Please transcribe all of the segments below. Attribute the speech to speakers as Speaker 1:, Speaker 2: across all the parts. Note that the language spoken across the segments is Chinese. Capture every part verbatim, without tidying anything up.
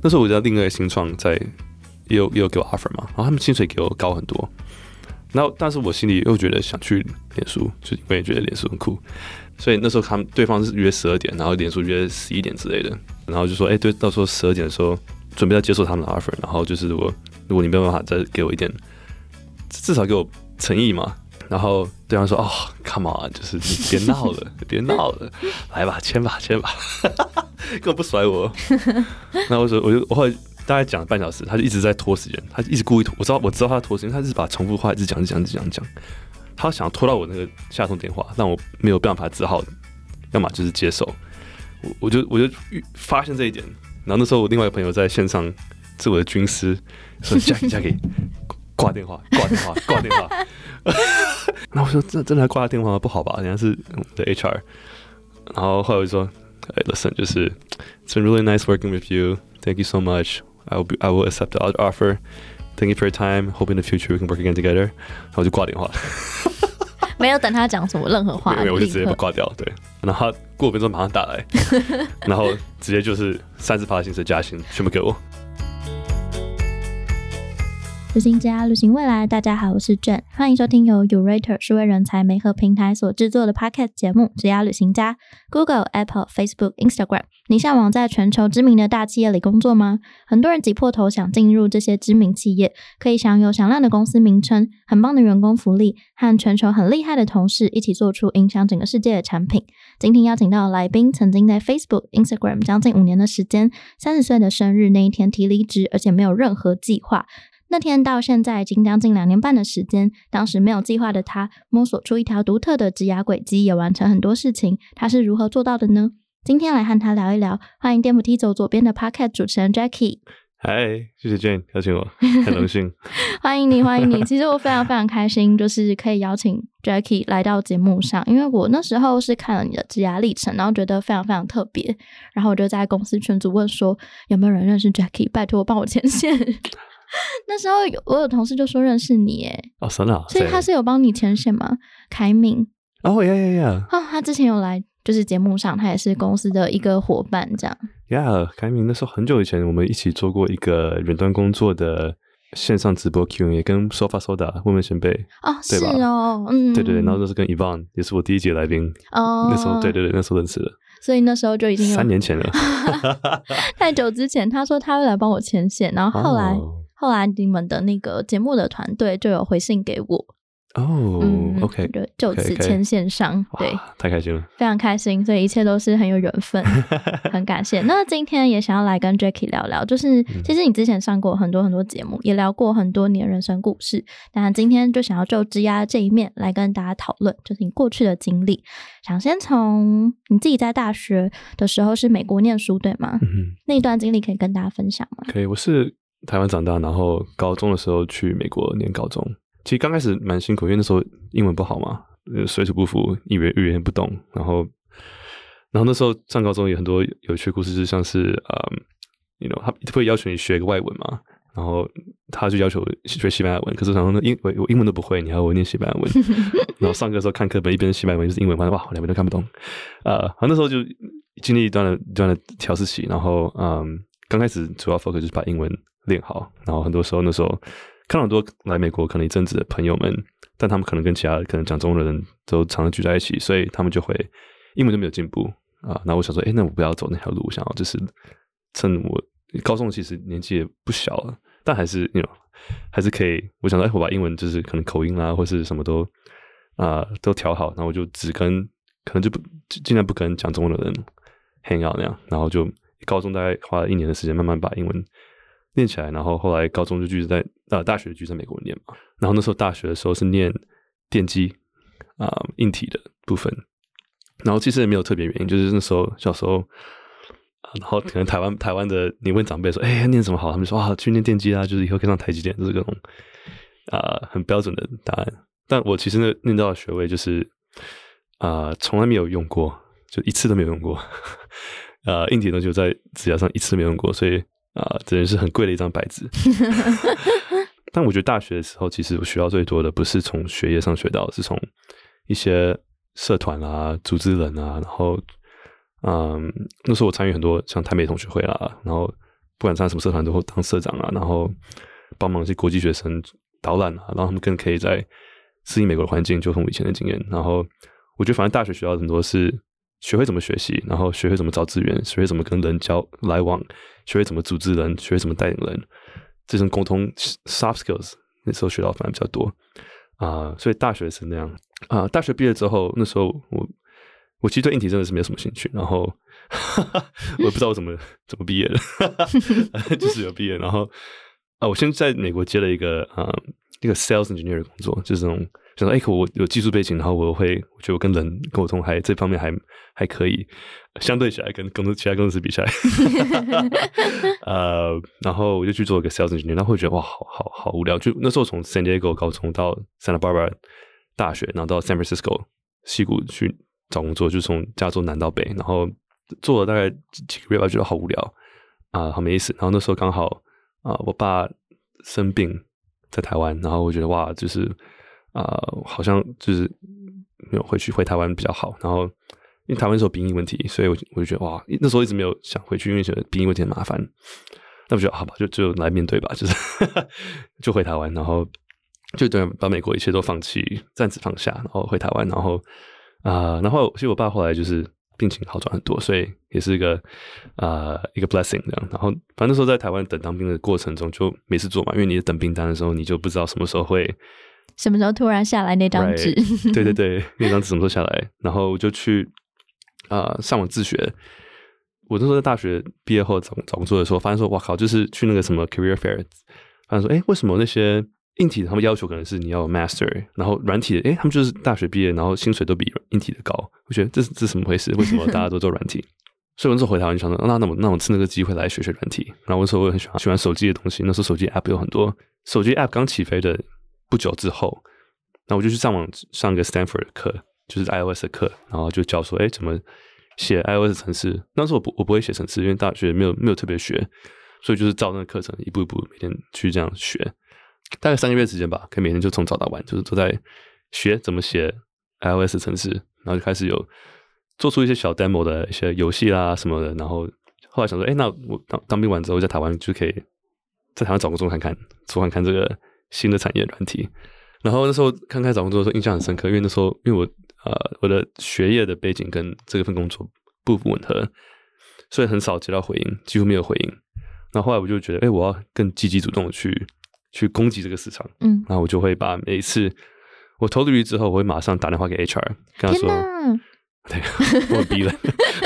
Speaker 1: 那时候我在另外一个新创在也有也有给我 offer 嘛，然后他们薪水给我高很多，然后但是我心里又觉得想去脸书，就因为觉得脸书很酷，所以那时候他们对方是约十二点，然后脸书约十一点之类的，然后就说哎、欸，对，到时候十二点的时候准备要接受他们的 offer， 然后就是如果如果你没有办法再给我一点，至少给我诚意嘛。然后对方说：“哦 ，come on， 就是你别闹了，别闹了，来吧，签吧，签吧，根本不甩我。”那我说，我就我后来大概讲了半小时，他就一直在拖时间，他一直故意拖。我知道，我知道他拖时间，他一直把重复话一直讲，一直讲，一直讲，讲。他想拖到我那个下通电话，让我没有办法，只好要么就是接受。我我就我就发现这一点。然后那时候我另外一个朋友在线上是我的军师，说：“Jackie Jackie，挂电话，挂电话，挂电话。”然后我说：“真真的还挂他电话吗？不好吧？人家是我们的 H R。”然后后来我就说：“哎 ，listen， 就是 It's been really nice working with you. Thank you so much. I will be, I will accept the other offer. Thank you for your time. Hope in the future we can work again together.” 然后我就挂电话了，
Speaker 2: 没有等他讲什么任何话，
Speaker 1: 没有，我就直接挂掉。对，然后他过五分钟马上打来，然后直接就是三十趴的薪水加薪，全部给我。
Speaker 2: 旅行家，旅行未来，大家好，我是 Jen， 欢迎收听由 Yourator 数位人才媒合平台所制作的 Podcast 节目《职涯旅行家》。Google、Apple、Facebook、Instagram， 你向往在全球知名的大企业里工作吗？很多人挤破头想进入这些知名企业，可以享有响亮的公司名称、很棒的员工福利，和全球很厉害的同事一起做出影响整个世界的产品。今天邀请到的来宾，曾经在 Facebook、Instagram 将近五年的时间，三十岁的生日那一天提离职，而且没有任何计划。那天到现在已经将近两年半的时间，当时没有计划的他摸索出一条独特的职涯轨迹，也完成很多事情。他是如何做到的呢？今天来和他聊一聊。欢迎电扶梯走左边的 Podcast 主持人 Jackie。
Speaker 1: 嗨，谢谢 Jane 邀请我，很荣幸。
Speaker 2: 欢迎你，欢迎你。其实我非常非常开心，就是可以邀请 Jackie 来到节目上，因为我那时候是看了你的职涯历程，然后觉得非常非常特别，然后我就在公司群组问说有没有人认识 Jackie， 拜托帮我牵线。那时候我有同事就说认识你耶，
Speaker 1: 哦，真的、啊，
Speaker 2: 所以他是有帮你牵线吗？凯敏，
Speaker 1: 哦呀呀呀，
Speaker 2: 哦，他之前有来就是节目上，他也是公司的一个伙伴，这样。
Speaker 1: 呀，凯敏那时候很久以前，我们一起做过一个远端工作的线上直播 Q and A， 跟 Sofa Soda 问问前辈
Speaker 2: 哦，
Speaker 1: 对吧？
Speaker 2: 是哦，嗯，
Speaker 1: 对对对，然后那是跟 Yvonne， 也是我第一届来宾，哦，那时候对对对，那时候认识的。
Speaker 2: 所以那时候就已经有
Speaker 1: 三年前了，
Speaker 2: 太久之前，他说他会来帮我牵线，然后后来、哦、后来你们的那个节目的团队就有回信给我。
Speaker 1: 哦、嗯、，OK，
Speaker 2: 就此牵线上， okay, okay. 对，
Speaker 1: 太开心了，
Speaker 2: 非常开心，所以一切都是很有缘分，很感谢。那今天也想要来跟 Jackie 聊聊，就是其实你之前上过很多很多节目，也聊过很多你的人生故事，但今天就想要就职涯这一面来跟大家讨论，就是你过去的经历。想先从你自己在大学的时候是美国念书对吗？嗯、那一段经历可以跟大家分享吗？
Speaker 1: 可以，我是台湾长大，然后高中的时候去美国念高中。其实刚开始蛮辛苦，因为那时候英文不好嘛，水土不服，语言语言不懂，然后，然后那时候上高中有很多有趣的故事，就像是嗯 ，you know， 他会要求你学一个外文嘛，然后他就要求学西班牙文，可是然后呢英我英文都不会，你还要我念西班牙文，然后上课的时候看课本，一边是西班牙文，就是英文，哇，我两边都看不懂，呃，然后那时候就经历一段的一段的调试期，然后嗯，刚开始主要 focus 就是把英文练好，然后很多时候那时候。看到很多来美国可能一阵子的朋友们，但他们可能跟其他可能讲中文的人都常常聚在一起，所以他们就会英文就没有进步啊。那我想说，哎，那我不要走那条路，我想要就是趁我高中其实年纪也不小了，但还是 you know 还是可以。我想说，哎，我把英文就是可能口音啦，或是什么都啊、呃、都调好，然后我就只跟可能就不尽量不跟讲中文的人 hang out 那样，然后就高中大概花了一年的时间，慢慢把英文念起来，然后后来高中就继续在呃大学就继续在美国念嘛，然后那时候大学的时候是念电机啊、呃、硬体的部分，然后其实也没有特别原因，就是那时候小时候，啊、然后可能台湾台湾的你问长辈说，哎，念什么好？他们说啊去念电机啊，就是以后可以上台积电，就是各种啊、呃、很标准的答案。但我其实那念到的学位就是啊、呃、从来没有用过，就一次都没有用过，呃硬体的东西我在职涯上一次都没有用过，所以。啊、呃，真的是很贵的一张白纸。但我觉得大学的时候，其实我学到最多的不是从学业上学到，是从一些社团啊、组织人啊，然后，嗯，那时候我参与很多像台美同学会啦，然后不管参加什么社团都会当社长啊，然后帮忙一些国际学生导览啊，然后他们更可以在适应美国的环境，就从我以前的经验。然后我觉得反正大学学到很多是学会怎么学习，然后学会怎么找资源，学会怎么跟人交来往，学会怎么组织人，学会怎么带领人，这种沟通 soft skills 那时候学到反而比较多啊、呃，所以大学是那样啊、呃。大学毕业之后，那时候我我其实对硬体真的是没有什么兴趣，然后我也不知道我怎么怎么毕业的，就是有毕业，然后啊、呃，我先在美国接了一个啊、呃、一个 sales engineer 的工作，就是这种想说，哎，可我有技术背景，然后我会，我觉得我跟人沟通还这方面还还可以，相对起来跟公司其他公司比起来，呃，然后我就去做一个 sales engineer，然后会觉得哇，好好好无聊。就那时候从 San Diego 高中到 Santa Barbara 大学，然后到 San Francisco 矽谷去找工作，就从加州南到北，然后做了大概几个月吧，觉得好无聊啊、呃，好没意思。然后那时候刚好啊、呃，我爸生病在台湾，然后我觉得哇，就是啊、呃，好像就是没有回去回台湾比较好。然后因为台湾那时候兵役问题，所以我我就觉得哇，那时候一直没有想回去，因为觉得兵役问题很麻烦。那我觉得好吧，就就来面对吧，就是就回台湾，然后就等于把美国一切都放弃，暂时放下，然后回台湾，然后啊、呃，然后其实我爸后来就是病情好转很多，所以也是一个啊、呃、一个 blessing 这样。然后反正那时候在台湾等当兵的过程中就没事做嘛，因为你等兵单的时候，你就不知道什么时候会
Speaker 2: 什么时候突然下来那张纸，
Speaker 1: right, 对对对，那张纸什么时候下来，然后我就去啊、呃、上网自学。我那时候在大学毕业后找找工作的时候，发现说哇靠，就是去那个什么 career fair， 发现说哎，为什么那些硬体的他们要求可能是你要有 master， 然后软体的哎，他们就是大学毕业，然后薪水都比硬体的高。我觉得这是这是怎么回事？为什么大家都做软体？所以我那时候回台湾就想说，那那我那我趁那个机会来学学软体。然后那时候我很喜欢喜欢手机的东西，那时候手机 app 有很多，手机 app 刚起飞的不久之后，那我就去上网上一个 Stanford 的课，就是 iOS 的课，然后就教说，哎，怎么写 iOS 程式。那时候我不我不会写程式，因为大学没有没有特别学，所以就是照那个课程一步一步每天去这样学，大概三个月时间吧，可以每天就从早到晚就是都在学怎么写 iOS 程式，然后就开始有做出一些小 demo 的一些游戏啦什么的。然后后来想说，哎，那我当当兵完之后在台湾就可以在台湾找工作看看，做看看这个新的产业软体。然后那时候刚开始找工作的时候印象很深刻，因为那时候因为我呃我的学业的背景跟这份工作不吻合，所以很少接到回应，几乎没有回应。然后后来我就觉得，哎，我要更积极主动的去去攻击这个市场。嗯，然后我就会把每一次我投履历之后，我会马上打电话给 H R， 跟他说，对，我逼人。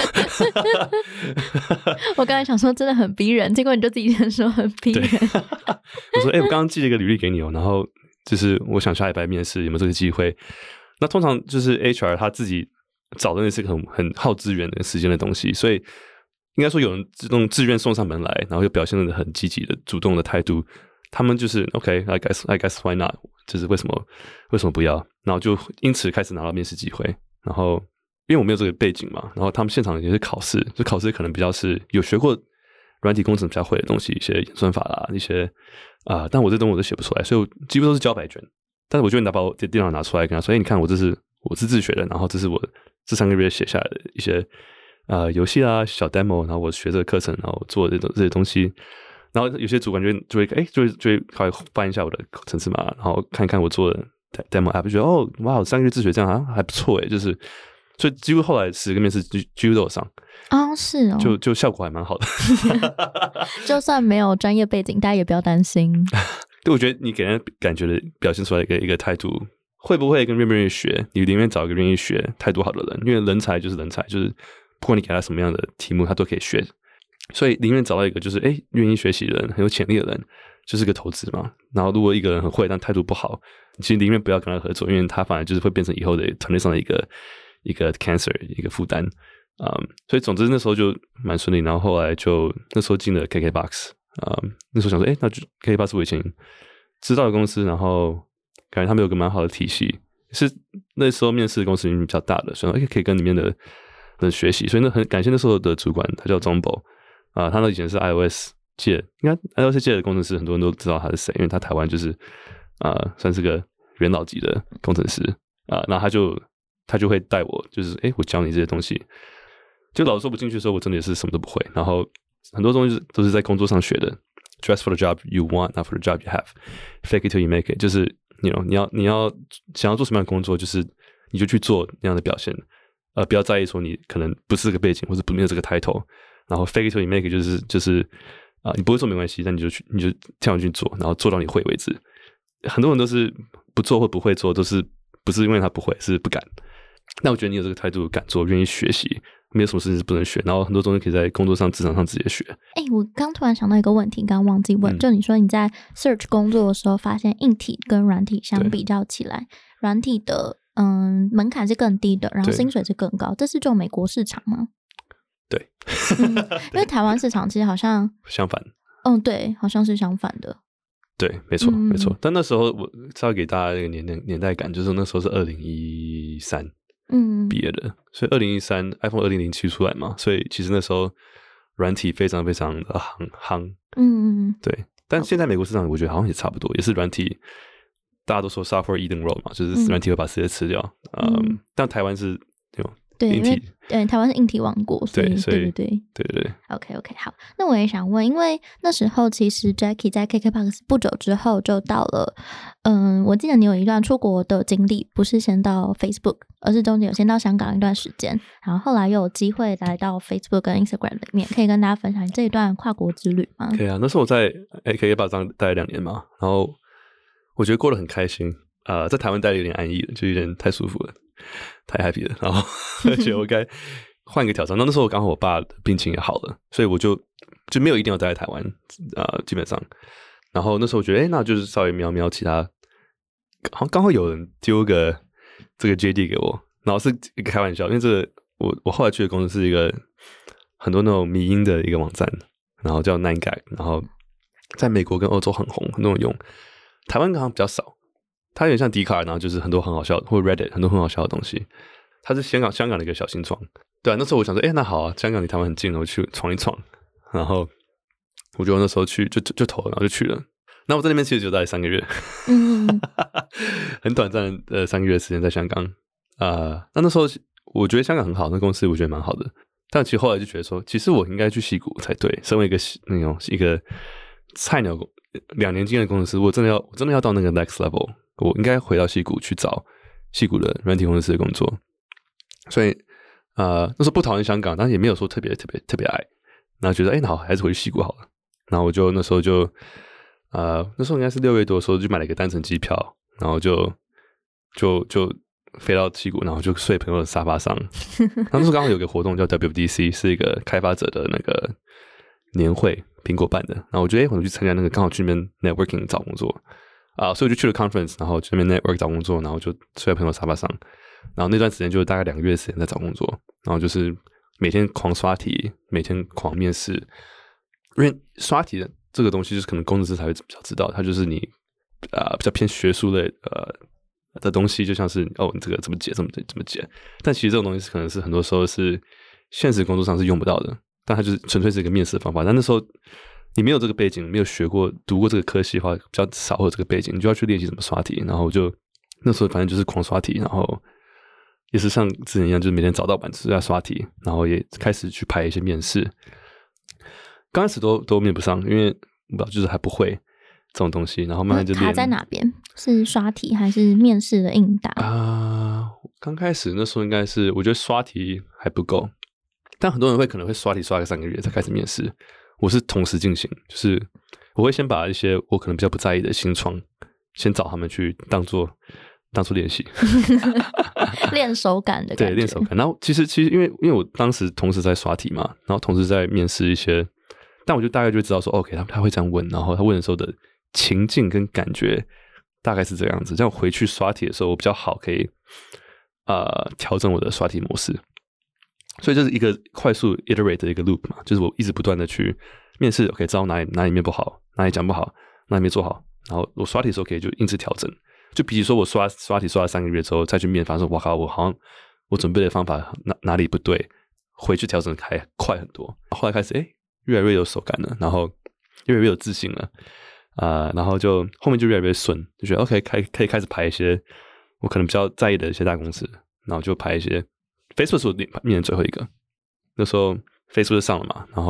Speaker 2: 我刚才想说真的很逼人，结果你就自己说很逼人。
Speaker 1: 我说，哎，我刚刚寄了一个履历给你哦，然后就是我想下礼拜面试，有没有这个机会？那通常就是 H R 他自己找的那是很很耗资源的时间的东西，所以应该说有人自动自愿送上门来，然后又表现得很积极的主动的态度，他们就是 OK，I guess I guess why not， 就是为什么为什么不要？然后就因此开始拿到面试机会。然后因为我没有这个背景嘛，然后他们现场也是考试，就考试可能比较是有学过软体工程比较会的东西，一些演算法啦，一些啊、呃，但我这东西我都写不出来，所以我几乎都是交白卷。但是我就会拿把我的电脑拿出来跟他说，哎，你看我这是我是自学的，然后这是我这三个月写下来的一些呃游戏啊小 demo， 然后我学这个课程，然后做这种这些东西。然后有些主管就会就会哎就会就会快翻一下我的程式码，然后看看我做的 demo app， 就觉得哦哇，三个月自学这样好像还不错哎，就是所以几乎后来十个面试几乎都有上。
Speaker 2: 哦，是哦，
Speaker 1: 就就效果还蛮好的。
Speaker 2: 就算没有专业背景，大家也不要担心。
Speaker 1: 对，我觉得你给人感觉的表现出来一个一个态度，会不会跟愿不愿意学，你宁愿找一个愿意学态度好的人，因为人才就是人才，就是不管你给他什么样的题目他都可以学，所以宁愿找到一个就是哎愿意学习的人，很有潜力的人，就是个投资嘛。然后如果一个人很会但态度不好，其实宁愿不要跟他合作，因为他反而就是会变成以后的团队上的一个一个 cancer， 一个负担。嗯，所以总之那时候就蛮顺利，然后后来就那时候进了 K K box。嗯，那时候想说，哎，那就 K K box 我以前知道的公司，然后感觉他们有个蛮好的体系，是那时候面试的公司比较大的，所以可以跟里面的人学习，所以那很感谢那时候的主管，他叫 Zombo 啊、呃，他那以前是 iOS 界，应该 iOS 界的工程师很多人都知道他是谁，因为他台湾就是啊、呃、算是个元老级的工程师啊、呃，然后他就他就会带我，就是哎，我教你这些东西。就老师说不进去的时候，我真的也是什么都不会，然后很多东西都是在工作上学的。Dress for the job you want, not for the job you have. Fake it till you make it. 就是 you know, 你要你要想要做什么样的工作，就是你就去做那样的表现，呃，不要在意说你可能不是这个背景，或者不没有这个 title。然后 fake it till you make it 就是就是啊、呃，你不会做没关系，但你就去你就跳进去做，然后做到你会为止。很多人都是不做或不会做，都是不是因为他不会，是不敢。那我觉得你有这个态度，敢做，愿意学习，没有什么事情是不能学。然后很多东西可以在工作上、职场上直接学。
Speaker 2: 哎、欸，我刚突然想到一个问题，刚刚忘记问，嗯、就你说你在 search 工作的时候，发现硬体跟软体相比较起来，软体的嗯门槛是更低的，然后薪水是更高，这是就美国市场吗？
Speaker 1: 对、
Speaker 2: 嗯，因为台湾市场其实好像
Speaker 1: 相反。
Speaker 2: 嗯，对，好像是相反的。
Speaker 1: 对，没错，没错。但那时候我稍微给大家一个年代年代感，就是那时候是二零一三。嗯，毕业的，所以二零一三 iPhone 二零零七出来嘛，所以其实那时候软体非常非常的夯夯，嗯，对。但现在美国市场我觉得好像也差不多，也是软体，大家都说 software eating world 嘛，就是软体会把世界吃掉，嗯，嗯但台湾是有硬体，
Speaker 2: 对，台湾是硬体王国，所以
Speaker 1: 对，所以
Speaker 2: 对对对
Speaker 1: 对对对。
Speaker 2: OK OK， 好，那我也想问，因为那时候其实 Jackie 在 K K B O X 不久之后就到了，嗯，我记得你有一段出国的经历，不是先到 Facebook， 而是中间有先到香港一段时间，然后后来又有机会来到 Facebook 跟 Instagram 里面，可以跟大家分享这一段跨国之旅吗？
Speaker 1: 可以啊，那时候我在 K K B O X 待了两年嘛，然后我觉得过得很开心，呃，在台湾待的有点安逸了，就有点太舒服了，太 happy 了，然后觉得我该换一个挑战。那那时候刚好我爸的病情也好了，所以我就就没有一定要待在台湾，呃，基本上。然后那时候我觉得，哎，那就是稍微瞄瞄其他，好像刚好有人丢个这个 J D 给我，然后是一个开玩笑，因为这个我我后来去的公司是一个很多那种迷因的一个网站，然后叫 Nine Gag， 然后在美国跟欧洲很红，很多人用，台湾好像比较少。它有点像 Dcard， 然后就是很多很好笑的，或者 Reddit 很多很好笑的东西。它是香港香港的一个小新创，对啊。那时候我想说，哎、欸，那好啊，香港离台湾很近，我去闯一闯。然后我就那时候去就就就投了，然后就去了。那我在那边其实就待三个月，嗯，很短暂的呃三个月的时间在香港啊、呃。那那时候我觉得香港很好，那公司我觉得蛮好的。但其实后来就觉得说，其实我应该去矽谷才对。身为一个那种一个菜鸟两年经验的工程师，我真的要我真的要到那个 next level。我应该回到矽谷去找矽谷的软体工程师的工作，所以呃那时候不讨厌香港，但是也没有说特别特别特别爱，然后觉得哎、欸，好还是回去矽谷好了。然后我就那时候就呃那时候应该是六月多的时候就买了一个单程机票，然后就就就飞到矽谷，然后就睡朋友的沙发上。那时候刚好有个活动叫 W D C， 是一个开发者的那个年会，苹果办的。然后我觉得哎、欸，我就去参加那个，刚好去那边 networking 找工作。啊、uh, ，所以我就去了 conference， 然后去那边 network 找工作，然后就睡在朋友沙发上，然后那段时间就大概两个月的时间在找工作，然后就是每天狂刷题，每天狂面试，因为刷题的这个东西就是可能工程师才会比较知道，它就是你啊、呃、比较偏学术类呃的东西，就像是哦你这个怎么解怎么怎么解，但其实这种东西可能是很多时候是现实工作上是用不到的，但它就是纯粹是一个面试的方法，但那时候。你没有这个背景，没有学过、读过这个科系的话，比较少有这个背景，你就要去练习怎么刷题。然后就那时候反正就是狂刷题，然后也是像之前一样，就是每天早到晚就是在刷题，然后也开始去排一些面试。刚开始都都面不上，因为不知道就是还不会这种东西，然后慢慢就练。
Speaker 2: 卡在哪边？是刷题还是面试的应答
Speaker 1: 啊、呃？刚开始那时候应该是，我觉得刷题还不够，但很多人会可能会刷题刷个三个月才开始面试。我是同时进行，就是我会先把一些我可能比较不在意的新创，先找他们去当做当做练习，
Speaker 2: 练手感的感觉。
Speaker 1: 对，练手感。然后其实其实因为因为我当时同时在刷题嘛，然后同时在面试一些，但我就大概就知道说 ，OK， 他他会这样问，然后他问的时候的情境跟感觉大概是这样子。这样回去刷题的时候，我比较好可以呃调整我的刷题模式。所以这是一个快速 iterate 的一个 loop 嘛，就是我一直不断的去面试 ，OK， 知道哪里哪里面不好，哪里讲不好，哪里没做好，然后我刷题的时候可以就因此调整。就比如说我刷刷题刷了三个月之后再去面，发现哇靠，我好像我准备的方法哪哪里不对，回去调整还快很多。后来开始哎，越来越有手感了，然后越来越有自信了，啊、呃，然后就后面就越来越顺，就觉得 OK， 可以可以开始排一些我可能比较在意的一些大公司，然后就排一些。Facebook 是我面的最后一个，那时候 Facebook 上了嘛，然后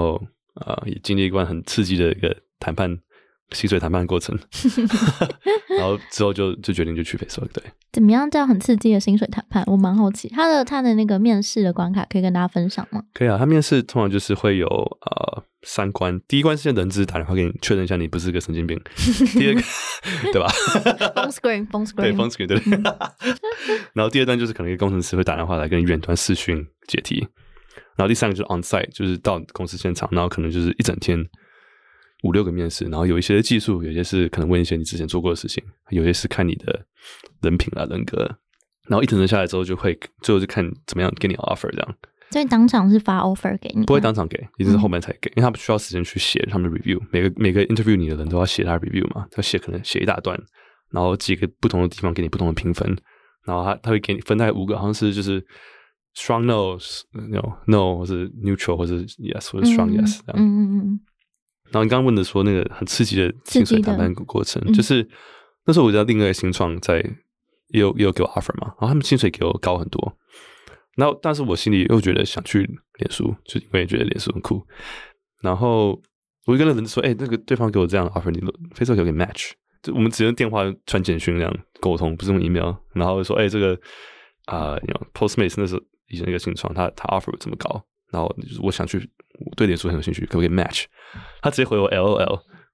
Speaker 1: 啊、呃，也经历一关很刺激的一个谈判薪水谈判过程，然后之后就就决定就去 Facebook。对，
Speaker 2: 怎么样叫很刺激的薪水谈判？我蛮好奇，他的他的那个面试的关卡可以跟大家分享吗？
Speaker 1: 可以啊，他面试通常就是会有呃三关，第一关是人资打电话给你确认一下你不是个神经病，第二个对吧
Speaker 2: ？Phone screen， phone screen，
Speaker 1: 对 phone screen 对。然后第二段就是可能一个工程师会打电话来跟远端视讯解题，然后第三个就是 on site， 就是到公司现场，然后可能就是一整天。五六个面试，然后有一些技术，有些是可能问一些你之前做过的事情，有些是看你的人品啊、人格，然后一整天下来之后，就会最后就看怎么样给你 offer 这样。
Speaker 2: 所以当场是发 offer 给你？
Speaker 1: 不会当场给，一定是后面才给，嗯、因为他们需要时间去写他们的 review， 每个每个 interview 你的人都要写他的 review 嘛，他写可能写一大段，然后几个不同的地方给你不同的评分，然后他他会给你分大概五个，好像是就是 strong no no no 或是 neutral 或是 yes 或者 strong yes 这样。
Speaker 2: 嗯嗯嗯。
Speaker 1: 然后你刚刚问的说那个很刺激的薪水谈判过程，就是那时候我在另外一个新创在也有也有给我 offer 嘛，然后他们薪水给我高很多，然后但是我心里又觉得想去脸书，就因为觉得脸书很酷，然后我就跟那人说，哎、欸，那个对方给我这样的 offer， 你 Facebook 给我 match， 就我们只用电话传简讯那样沟通，不是用 email， 然后说，哎、欸，这个啊、呃、，Postmates 那时候以前那个新创，他他 offer 这么高。然后就是我想去，我对脸书很有兴趣，可不可以 match？ 他直接回我 L O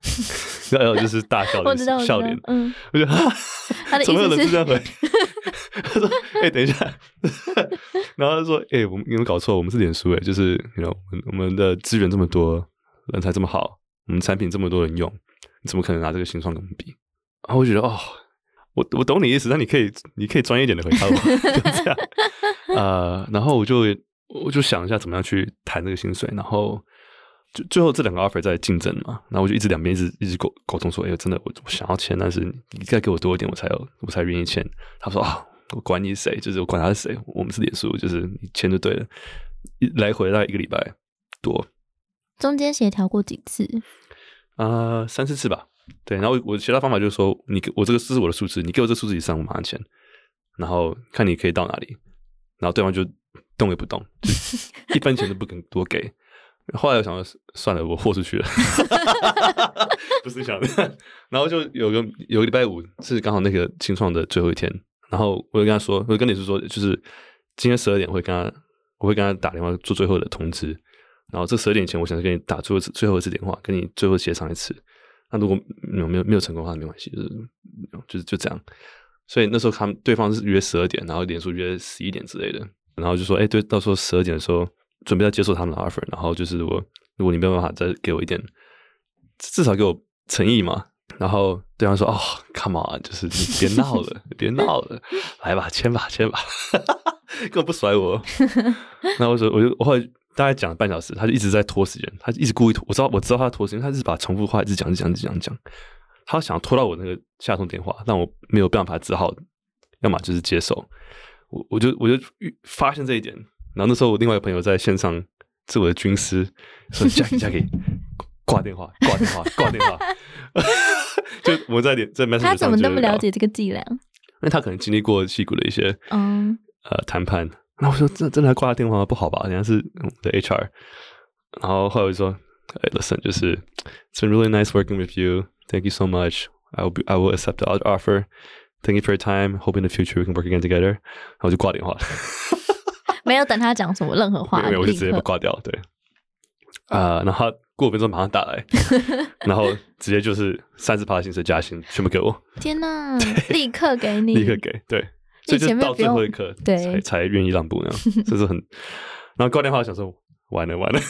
Speaker 1: L， L 就是大笑的笑脸。嗯，我觉得他怎么有人是这样回？他说：“哎、欸，等一下。”然后他说：“哎、欸，我们有没有搞错？我们是脸书哎，就是你 you know, 我们的资源这么多，人才这么好，我们产品这么多人用，你怎么可能拿这个新创跟我们比？”然后我觉得哦，我我懂你意思，但你可以你可以专业一点的回答我，就这样。呃，然后我就。我就想一下怎么样去谈这个薪水，然后就最后这两个 offer 在竞争嘛，然后我就一直两边一直一直沟沟通说，哎、欸，真的我我想要签，但是你再给我多一点，我才有我才愿意签。他说啊，我管你是谁，就是我管他是谁，我们是脸书，就是你签就对了。来回大概一个礼拜多，
Speaker 2: 中间协调过几次？
Speaker 1: 啊、呃，三四次吧。对，然后我协调方法就是说，你我这个这是我的数字，你给我这数字以上，我马上签，然后看你可以到哪里，然后对方就。动也不动，一分钱都不肯多给。后来我想说，算了，我豁出去了，不是想的。然后就有个有个礼拜五是刚好那个新创的最后一天，然后我就跟他说，我就跟李叔说，就是今天十二点会跟他，我会跟他打电话做最后的通知。然后这十二点前，我想跟你打最后一次最后一次电话，跟你最后协商一次。那如果没有没有没有成功的话，没关系，就是就是就这样。所以那时候他们对方是约十二点，然后脸书约十一点之类的。然后就说，哎、欸，对，到时候十二点的时候准备要接受他们的 offer， 然后就是我，如果你没有办法再给我一点，至少给我诚意嘛。然后对方说，哦 ，come on， 就是你别闹了，别闹了，来吧，签吧，签吧，根本不甩我。然后我说，我就我后来大概讲了半小时，他就一直在拖时间，他一直故意拖，我知道我知道他拖时间，他一直把重复话一直讲，一直讲，一直讲讲，他想拖到我那个下通电话，但我没有办法，只好要么就是接受。我我就我就发现这一点，然后那时候我另外一个朋友在线上是我的军师，说 Jackie Jackie 挂电话挂电话挂电话，就我们在在 Messenger 上，
Speaker 2: 他怎么那么了解这个伎俩？因
Speaker 1: 为他可能经历过矽谷的一些
Speaker 2: 嗯
Speaker 1: 呃谈判。然后我说真真的挂电话吗？不好吧？人家是我的 H R。然后后来我就说，哎 ，listen， 就是 It's been really nice working with you. Thank you so much. I will be, I will accept the offer. Thank you for your time. Hope in the future we can work again together. 然后就挂电话了，
Speaker 2: 没有等他讲什么任何话，
Speaker 1: 没有，我就直接把挂掉。对，啊、呃，然后他过五分钟马上打来，然后直接就是三十趴的薪水加薪，全部给我。
Speaker 2: 天哪，立刻给你，
Speaker 1: 立刻给，对，所以就是到最后一刻才才愿意让步那样，这是很。然后挂电话想说，完了完了，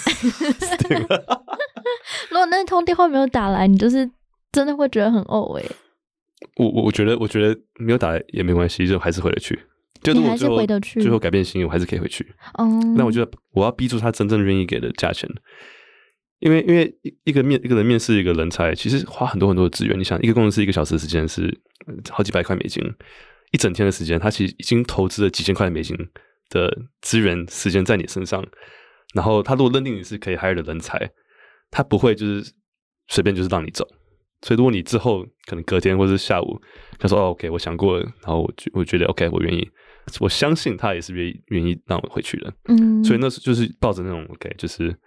Speaker 2: 如果那通电话没有打来，你就是真的会觉得很呕哎、欸。
Speaker 1: 我我我觉得我觉得没有打来也没关系，就还是回得去。就如果最后
Speaker 2: 回得去，
Speaker 1: 最后改变心意，我还是可以回去。
Speaker 2: 哦，
Speaker 1: 那我觉得我要逼住他真正愿意给的价钱，因为因为一个面一个人面试一个人才，其实花很多很多的资源。你想，一个工程师一个小时的时间是好几百块美金，一整天的时间，他其实已经投资了几千块美金的资源时间在你身上。然后他如果认定你是可以 hire 的人才，他不会就是随便就是让你走。所以如果你之后可能隔天或者是下午他说、哦、OK 我想过了，然后我我觉得 OK 我愿意，我相信他也是愿意愿意让我回去的。
Speaker 2: 嗯，
Speaker 1: 所以那时就是抱着那种 OK 就是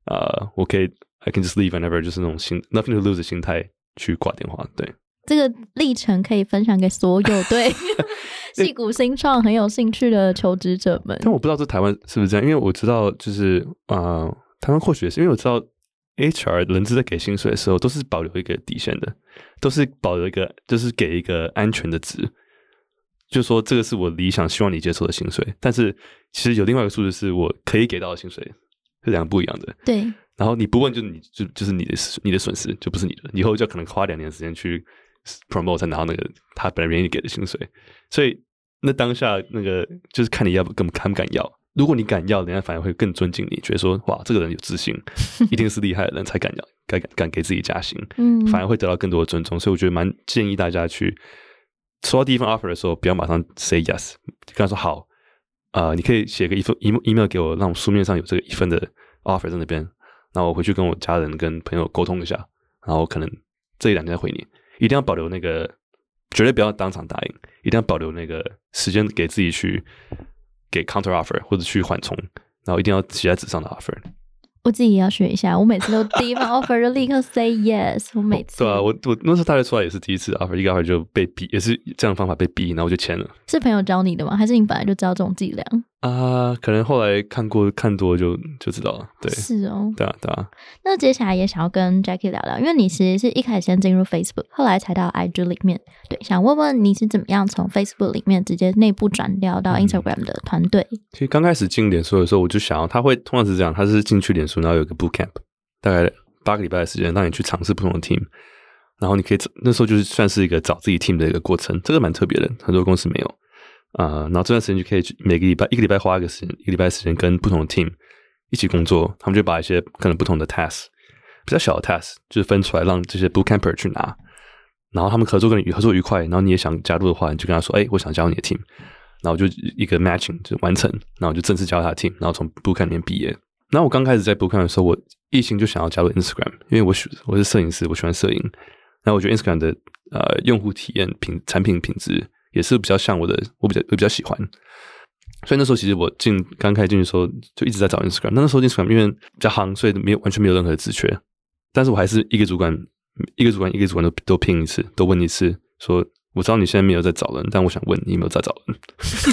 Speaker 1: 呃，我可以 I can just leave whenever， 就是那种心 nothing to lose 的心态去挂电话。对，这
Speaker 2: 个历程可以分享给所有对矽谷新创很有兴趣的求职者们。
Speaker 1: 但我不知道这台湾是不是这样，因为我知道就是呃，台湾或许也是，因为我知道 H R 人资在给薪水的时候都是保留一个底线的，都是保留一个就是给一个安全的值。就说这个是我理想希望你接受的薪水，但是其实有另外一个数字是我可以给到的薪水，是两个不一样的。
Speaker 2: 对，
Speaker 1: 然后你不问就你就就是你的你的损失，就不是你的，以后就可能花两年的时间去 promote 才拿到那个他本来愿意给的薪水。所以那当下那个就是看你要不敢敢不敢要。如果你敢要，人家反而会更尊敬你，觉得说哇这个人有自信，一定是厉害的人才敢要，敢敢给自己加薪，嗯，反而会得到更多的尊重。所以我觉得蛮建议大家去。收到第一份 offer 的时候，不要马上 say yes， 就跟他说好，呃，你可以写个一份 email 给我，让我书面上有这个一份的 offer 在那边，然后我回去跟我家人跟朋友沟通一下，然后可能这一两天再回你，一定要保留那个，绝对不要当场答应，一定要保留那个时间给自己去给 counter offer 或者去缓冲，然后一定要写在纸上的 offer。
Speaker 2: 我自己也要学一下，我每次都第一份 offer 就立刻 say yes， 我每次。
Speaker 1: 对啊，我我那时候大学出来也是第一次 offer， 一个 offer 就被逼，也是这样的方法被逼，然后我就签了。
Speaker 2: 是朋友教你的吗？还是你本来就知道这种伎俩？
Speaker 1: 啊、呃，可能后来看过看多就就知道了。对，
Speaker 2: 是哦，
Speaker 1: 对啊，对啊。
Speaker 2: 那接下来也想要跟 Jackie 聊聊，因为你其实是一开始先进入 Facebook， 后来才到 I G 里面。对，想问问你是怎么样从 Facebook 里面直接内部转调到 Instagram 的团队？嗯、
Speaker 1: 其实刚开始进脸书的时候，我就想要，他会通常是这样，他是进去脸书，然后有个 bootcamp， 大概八个礼拜的时间，让你去尝试不同的 team， 然后你可以那时候就是算是一个找自己 team 的一个过程，这个蛮特别的，很多公司没有。呃，然后这段时间就可以每个礼拜一个礼拜花一个时间，一个礼拜的时间跟不同的 team 一起工作，他们就把一些可能不同的 task 比较小的 task 就是分出来让这些 bootcamper 去拿，然后他们合作跟你合作愉快，然后你也想加入的话，你就跟他说，哎，我想加入你的 team， 然后就一个 matching 就完成，然后就正式加入他的 team， 然后从 bootcamp 里面毕业。然后我刚开始在 bootcamp 的时候，我一心就想要加入 Instagram， 因为我我是摄影师，我喜欢摄影，然后我觉得 Instagram 的呃用户体验品产品品质也是比较像我的，我比较我比较喜欢。所以那时候其实我进刚开始进去的时候就一直在找 Instagram， 那那时候 Instagram 因为比较夯，所以没有完全没有任何的职缺，但是我还是一个主管一个主管一个主管都都聘一次，都问一次，说我知道你现在没有在找人，但我想问你有没有在找人。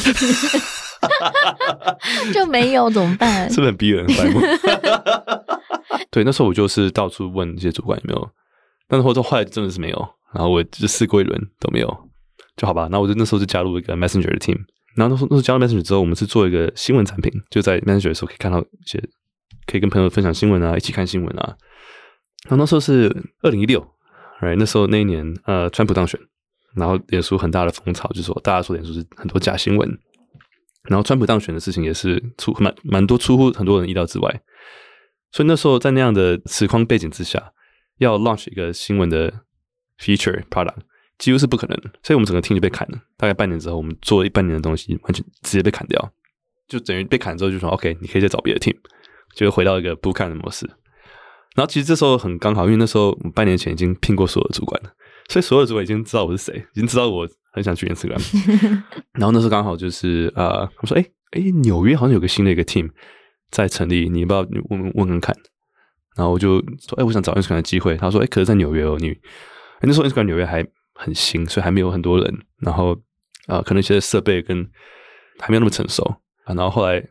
Speaker 2: 就没有怎么办？
Speaker 1: 是不是很逼人？白目。对，那时候我就是到处问一些主管有没有，但是后后来真的是没有，然后我就试过一轮都没有，就好吧。然后我就那时候就加入一个 Messenger 的 team， 然后那时候那时候加入 Messenger 之后，我们是做一个新闻产品，就在 Messenger 的时候可以看到一些，可以跟朋友分享新闻啊，一起看新闻啊。然后那时候是二零一六 ，right， 那时候那一年呃，川普当选，然后脸书很大的风潮，就是说大家说脸书是很多假新闻。然后川普当选的事情也是出蛮蛮多出乎很多人意料之外，所以那时候在那样的时空背景之下，要 launch 一个新闻的 feature product 几乎是不可能的，所以我们整个 team 就被砍了。大概半年之后，我们做了一半年的东西，完全直接被砍掉，就等于被砍之后就说 OK， 你可以再找别的 team， 就回到一个 bootcamp 的模式。然后其实这时候很刚好，因为那时候我们半年前已经聘过所有的主管了，所以所有的主管已经知道我是谁，已经知道我很想去 Instagram。然后那时候刚好就是呃，我说哎哎，纽约好像有个新的一个 team 在成立，你要不要问问问看？然后我就说哎，我想找 Instagram 的机会。他说哎，可是在纽约哦，你那时候 Instagram 纽约还很新，所以还没有很多人，然后呃，可能一些设备跟还没有那么成熟啊。然后后来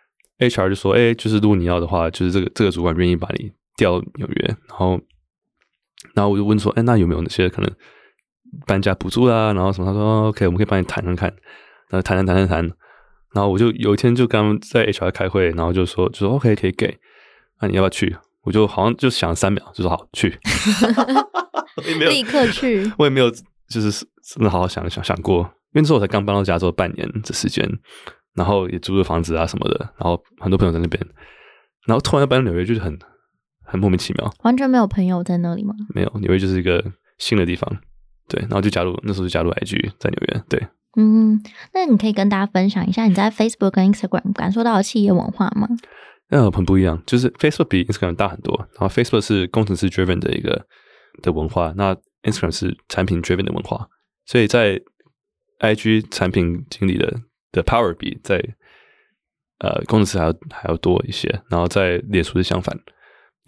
Speaker 1: H R 就说哎，就是如果你要的话，就是这个这个主管愿意把你调纽约，然后然后我就问说哎，那有没有那些可能搬家补助啊，然后什么？他说 OK， 我们可以帮你谈谈看，然后谈谈谈谈谈。然后我就有一天就跟他们在 H R 开会，然后就说就说 OK 可以给，那、啊、你要不要去？我就好像就想了三秒，就说好去。
Speaker 2: 立刻去。
Speaker 1: 我也没有就是真的好好想想想过，因为那时候我才刚搬到加州半年的时间，然后也租了房子啊什么的，然后很多朋友在那边，然后突然要搬到纽约，就是很很莫名其妙。
Speaker 2: 完全没有朋友在那里吗？
Speaker 1: 没有，纽约就是一个新的地方。对，然后就加入，那时候就加入 I G 在纽约。对，
Speaker 2: 嗯，那你可以跟大家分享一下你在 Facebook 跟 Instagram 感受到的企业文化吗？
Speaker 1: 呃，很不一样，就是 Facebook 比 Instagram 大很多。然后 Facebook 是工程师 driven 的一个的文化，那 Instagram 是产品 driven 的文化。所以在 I G 产品经理的的 power 比在呃工程师还要还要多一些，然后在脸书是相反。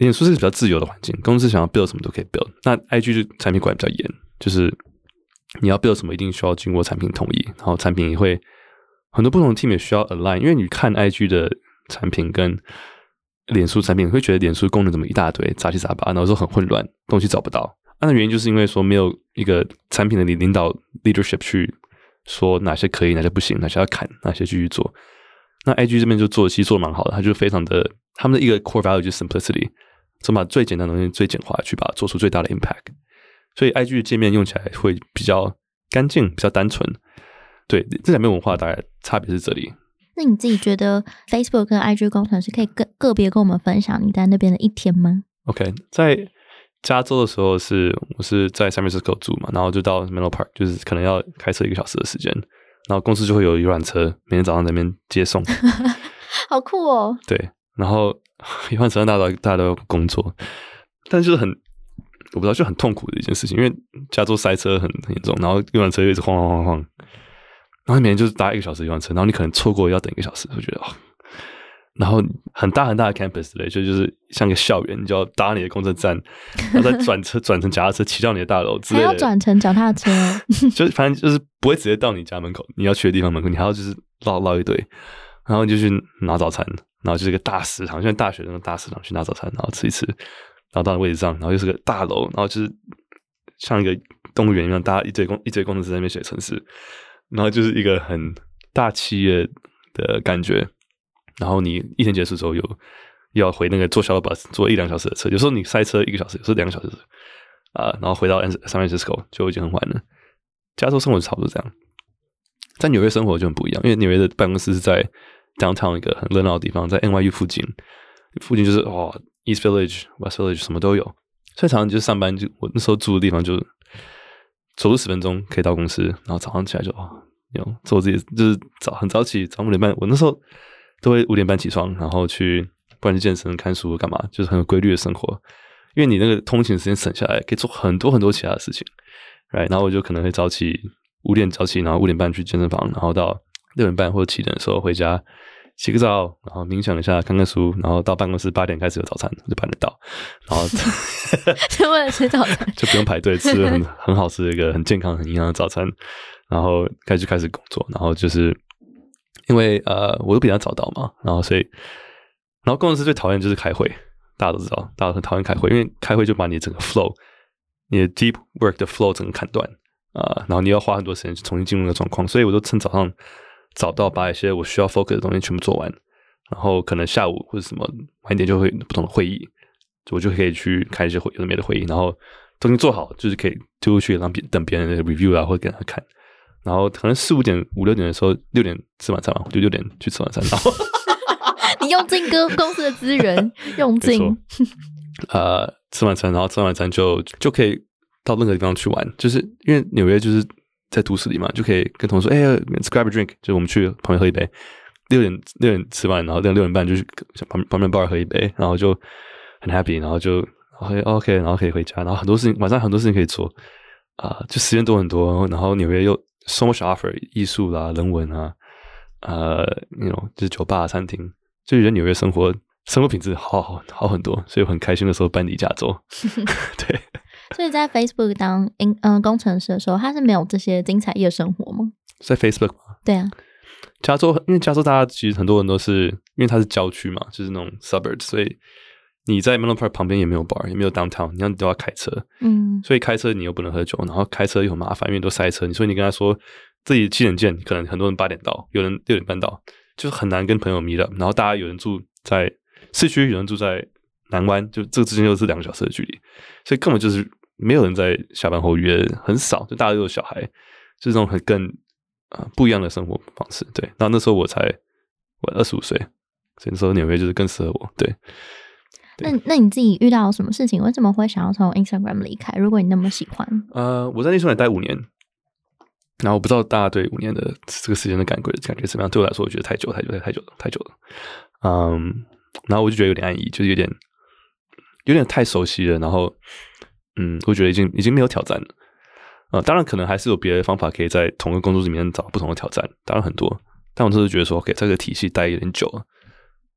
Speaker 1: 脸书是比较自由的环境，公司想要 build 什么都可以 build。那 I G 就产品管比较严，就是你要 build 什么一定需要经过产品同意，然后产品也会很多不同的 team 也需要 align， 因为你看 I G 的产品跟脸书产品，你会觉得脸书功能怎么一大堆杂七杂八，然后说很混乱，东西找不到。那原因就是因为说没有一个产品的领导 leadership 去说哪些可以，哪些不行，哪些要砍，哪些继续做。那 I G 这边就做，其实做得蛮好的，它就非常的，他们的一个 core value 就是 simplicity， 就把最简单的东西最简化，去把它做出最大的 impact。所以 I G 的界面用起来会比较干净，比较单纯。对，这两边文化大概差别是这里。
Speaker 2: 那你自己觉得 Facebook 跟 I G 工程师可以个个别跟我们分享你在那边的一天吗
Speaker 1: ？OK， 在加州的时候是我是在 San Francisco 住嘛，然后就到 Menlo Park， 就是可能要开车一个小时的时间。然后公司就会有游览车，每天早上在那边接送，
Speaker 2: 好酷哦！
Speaker 1: 对，然后游览车大家都大家都要工作，但是就是很我不知道，就很痛苦的一件事情，因为加州塞车很很严重，然后游览车又一直晃晃晃晃，然后每天就是搭一个小时游览车，然后你可能错过要等一个小时，我觉得哦。然后很大很大的 campus 之类，就就是像个校园，你就要搭你的公车站，然后再转车转成脚踏车骑到你的大楼之类的，
Speaker 2: 还要转成脚踏车，
Speaker 1: 就是反正就是不会直接到你家门口，你要去的地方门口，你还要就是绕绕一堆，然后你就去拿早餐，然后就是一个大食堂，像大学那种大食堂去拿早餐，然后吃一吃，然后到位置上，然后又是个大楼，然后就是像一个动物园一样，大家一堆工一堆工程师在那边写程式，然后就是一个很大企业的感觉。然后你一天结束之后有要回那个坐 shuttle bus 坐一两小时的车，有时候你塞车一个小时，有时候两个小时啊、呃，然后回到 San Francisco 就已经很晚了。加州生活就差不多这样，在纽约生活就很不一样，因为纽约的办公室是在 downtown 一个很热闹的地方，在 N Y U 附近，附近就是哦 East Village、West Village 什么都有，所以常常就是上班就我那时候住的地方就走路十分钟可以到公司，然后早上起来就哦，有做自己就是早很早起，早上五点半，我那时候。都会五点半起床，然后去不管是健身、看书干嘛，就是很有规律的生活。因为你那个通勤时间省下来，可以做很多很多其他的事情，right？ 然后我就可能会早起五点早起，然后五点半去健身房，然后到六点半或者七点的时候回家洗个澡，然后冥想一下，看看书，然后到办公室八点开始有早餐，就八点到，然后
Speaker 2: 就为了吃早餐，
Speaker 1: 就不用排队，吃很很好吃的一个很健康、很营养的早餐，然后开始开始工作，然后就是。因为呃，我都比他早到嘛，然后所以，然后工程师最讨厌就是开会，大家都知道，大家很讨厌开会，因为开会就把你整个 flow， 你的 deep work 的 flow 整个砍断啊、呃，然后你要花很多时间重新进入那个状况，所以我都趁早上早到把一些我需要 focus 的东西全部做完，然后可能下午或者什么晚一点就会不同的会议，我就可以去开一些会有的没的会议，然后东西做好就是可以丢出去让别等别人的 review 啊，或者给他看。然后可能四五点、五六点的时候，六点吃晚餐嘛，我就六点去吃晚餐。然后
Speaker 2: 你用尽公公司的资源，用尽。
Speaker 1: 呃，吃晚餐，然后吃完晚餐就就可以到任何地方去玩，就是因为纽约就是在都市里嘛，就可以跟同事说，哎、欸、，let's grab a drink， 就我们去旁边喝一杯。六点六点吃完，然后六点半就去旁旁边 bar 喝一杯，然后就很 happy， 然后就 OK OK， 然后可以回家，然后很多事情晚上很多事情可以做啊、呃，就时间多很多，然后纽约又。so much offer 艺术啦、人文啊，呃，那种就是酒吧、餐厅，就觉得纽约生活生活品质好好好很多，所以我很开心的时候搬离加州。对，
Speaker 2: 所以在 Facebook 当嗯、呃、工程师的时候，他是没有这些精彩夜生活吗？
Speaker 1: 在 Facebook 吗？
Speaker 2: 对啊，
Speaker 1: 加州因为加州大家其实很多人都是因为它是郊区嘛，就是那种 suburbs， 所以你在 Menlo Park 旁边也没有 bar， 也没有 downtown， 你要都要开车，嗯，所以开车你又不能喝酒，然后开车又很麻烦，因为都塞车。所以你跟他说自己七点见，可能很多人八点到，有人六点半到，就是很难跟朋友 meet up。然后大家有人住在市区，有人住在南湾，就这个之间又是两个小时的距离，所以根本就是没有人在下班后约，很少，就大家都有小孩，就是这种很更啊、呃、不一样的生活方式。对，然后那时候我才我二十五岁，所以那时候纽约就是更适合我。对。
Speaker 2: 那那你自己遇到什么事情？为什么会想要从 Instagram 离开？如果你那么喜欢，
Speaker 1: 呃，我在那时候也待五年，然后我不知道大家对五年的这个时间的感觉感觉怎么样？对我来说，我觉得太久太久太久了，太久了。嗯，然后我就觉得有点安逸，就是有点有点太熟悉了。然后，嗯，我觉得已经已经没有挑战了。呃，当然可能还是有别的方法可以在同一个工作里面找不同的挑战，当然很多。但我就是觉得说，OK，在这个体系待有点久了。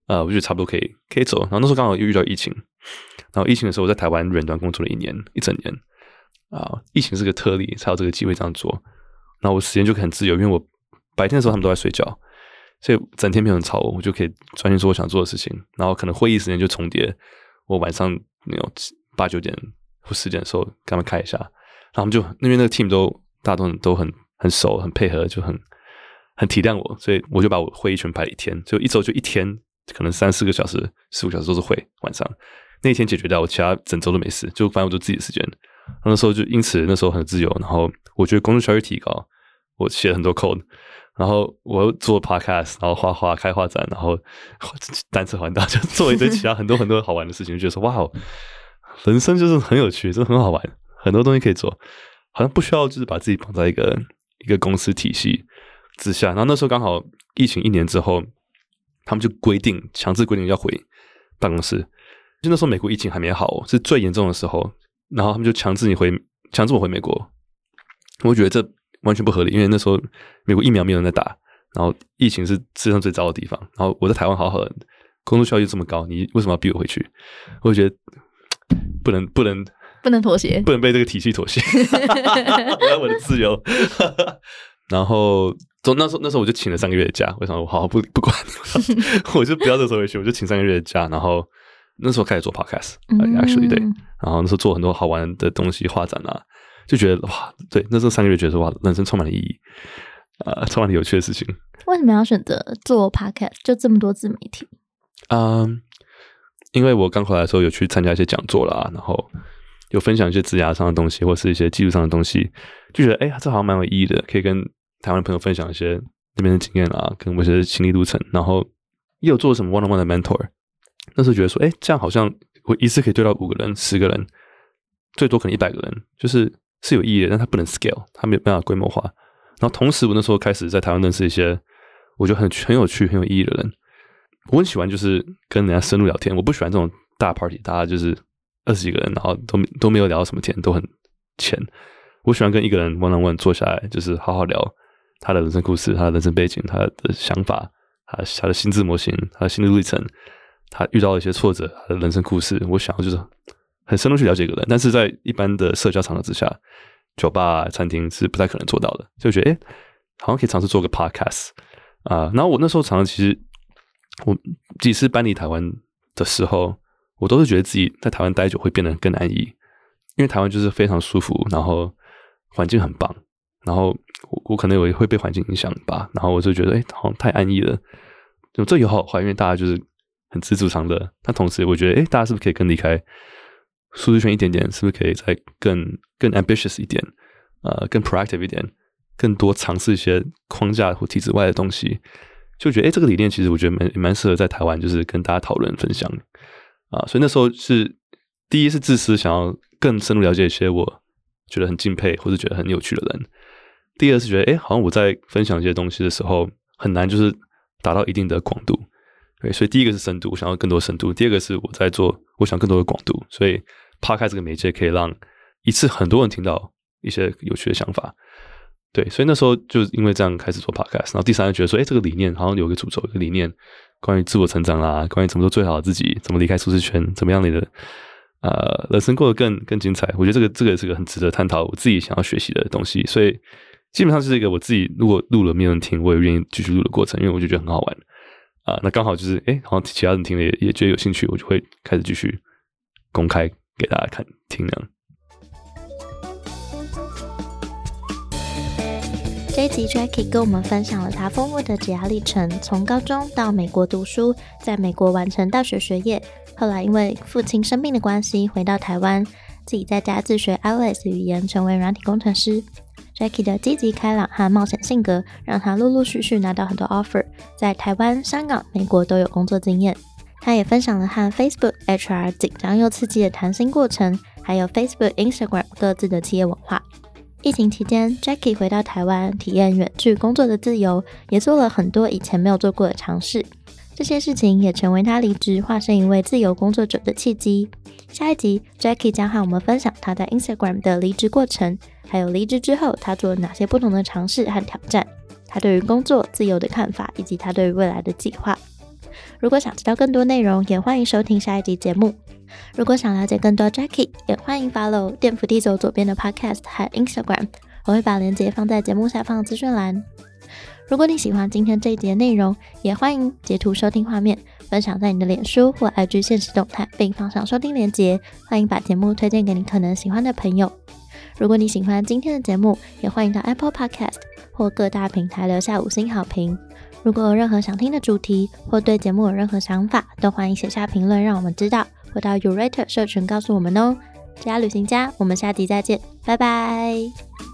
Speaker 1: 呃，我觉得差不多可以可以走。然后那时候刚好又遇到疫情，然后疫情的时候我在台湾远端工作了一年一整年啊、呃，疫情是个特例，才有这个机会这样做。然后我时间就很自由，因为我白天的时候他们都在睡觉，所以整天没有人吵我，我就可以专心做我想做的事情。然后可能会议时间就重叠，我晚上那种八九点或十点的时候跟他们开一下，然后他们就那边那个 team 都大家都很都很很熟，很配合，就很很体谅我，所以我就把我会议全排了一天，就一周就一天，可能三四个小时、四五小时都是会，晚上那一天解决掉，我其他整周都没事，就反正我就自己的时间。那时候就因此那时候很自由，然后我觉得工作效率提高，我写了很多 code， 然后我做 podcast， 然后画画、开画展，然后单车环岛，就做一堆其他很多很多好玩的事情，就觉得说哇，人生就是很有趣，真的很好玩，很多东西可以做，好像不需要就是把自己绑在一个一个公司体系之下。然后那时候刚好疫情一年之后，他们就规定强制规定要回办公室，就那时候美国疫情还没好、哦，是最严重的时候，然后他们就强制你回，强制我回美国。我觉得这完全不合理，因为那时候美国疫苗没有人在打，然后疫情是世界上最糟的地方，然后我在台湾好好的，工作效率这么高，你为什么要逼我回去？我觉得不能不能
Speaker 2: 不能妥协，
Speaker 1: 不能被这个体系妥协，我要我的自由。然后从那时候那时候我就请了三个月的假，我想我好好不不管，我就不要这时候回去，我就请三个月的假，然后那时候开始做 podcast、嗯、actually 对，然后那时候做很多好玩的东西，画展啊，就觉得哇，对，那时候三个月觉得哇，人生充满了意义，呃，充满了有趣的事情。
Speaker 2: 为什么要选择做 podcast？ 就这么多自媒体？
Speaker 1: 嗯，因为我刚回来的时候有去参加一些讲座啦，然后有分享一些职涯上的东西，或是一些技术上的东西，就觉得哎呀，这好像蛮有意义的，可以跟台湾的朋友分享一些那边的经验啊，跟我一些心理路程，然后也有做什么 one on one 的 mentor。那时候觉得说，哎，这样好像我一次可以对到五个人、十个人，最多可能一百个人，就是是有意义的，但它不能 scale， 它没有办法规模化。然后同时，我那时候开始在台湾认识一些我觉得很很有趣、很有意义的人。我很喜欢就是跟人家深入聊天，我不喜欢这种大 party， 大家就是二十几个人，然后都都没有聊什么天，都很浅。我喜欢跟一个人 one on one 坐下来，就是好好聊他的人生故事、他的人生背景、他的想法、他的他的心智模型、他的心路历程，他遇到的一些挫折、他的人生故事。我想要就是很深入去了解一个人，但是在一般的社交场合之下，酒吧、餐厅是不太可能做到的。所以我觉得，哎，好像可以尝试做个 podcast 啊、呃。然后我那时候常常其实，我几次搬离台湾的时候，我都是觉得自己在台湾待久会变得更安逸，因为台湾就是非常舒服，然后环境很棒，然后我我可能也会被环境影响吧，然后我就觉得，哎，好像太安逸了。就这有好有坏，因为大家就是很知足常乐，但同时我觉得，哎，大家是不是可以更离开舒适圈一点点？是不是可以再更更 ambitious 一点，呃，更 proactive 一点，更多尝试一些框架或体制外的东西？就觉得，哎，这个理念其实我觉得蛮蛮适合在台湾，就是跟大家讨论分享啊。所以那时候是第一是自私，想要更深入了解一些我觉得很敬佩或者觉得很有趣的人；第二是觉得，哎，好像我在分享一些东西的时候很难就是达到一定的广度。对，所以第一个是深度，我想要更多深度；第二个是我在做，我想更多的广度。所以 Podcast 这个媒介可以让一次很多人听到一些有趣的想法。对，所以那时候就因为这样开始做 Podcast。然后第三个觉得说，哎，这个理念好像有一个主轴，一个理念，关于自我成长啦，关于怎么做最好的自己，怎么离开舒适圈，怎么样你的呃人生过得更更精彩。我觉得这个这个也是个很值得探讨，我自己想要学习的东西。所以基本上就是一个我自己如果录了没有人听，我也愿意继续录的过程，因为我就觉得很好玩。啊，那刚好就是，哎，好像其他人听了也也觉得有兴趣，我就会开始继续公开给大家看听那样。
Speaker 2: 这一集 Jackie 跟我们分享了他丰富的职涯历程，从高中到美国读书，在美国完成大学学业，后来因为父亲生病的关系回到台湾，自己在家自学 I E L T S 语言，成为软体工程师。Jackie 的积极开朗和冒险性格让他陆陆续续拿到很多 offer， 在台湾、香港、美国都有工作经验。他也分享了和 Facebook H R 紧张又刺激的谈心过程，还有 Facebook、Instagram 各自的企业文化。疫情期间 Jackie 回到台湾体验远距工作的自由，也做了很多以前没有做过的尝试。这些事情也成为他离职化身一位自由工作者的契机。下一集 Jackie 将和我们分享他在 Instagram 的离职过程，还有离职之后他做了哪些不同的尝试和挑战，他对于工作自由的看法，以及他对于未来的计划。 如果想知道更多内容，也欢迎收听下一集节目。如果想了解更多 Jackie， 也欢迎 follow 电扶梯走左边的 podcast 和 Instagram， 我会把链接放在节目下方的资讯栏。如果你喜欢今天这一集的内容，也欢迎截图收听画面，分享在你的脸书或 I G 限时动态，并放上收听链接。欢迎把节目推荐给你可能喜欢的朋友。如果你喜欢今天的节目，也欢迎到 Apple Podcast 或各大平台留下五星好评。如果有任何想听的主题，或对节目有任何想法，都欢迎写下评论让我们知道，或到 Yourator 社群告诉我们哦。家旅行家，我们下集再见，拜拜。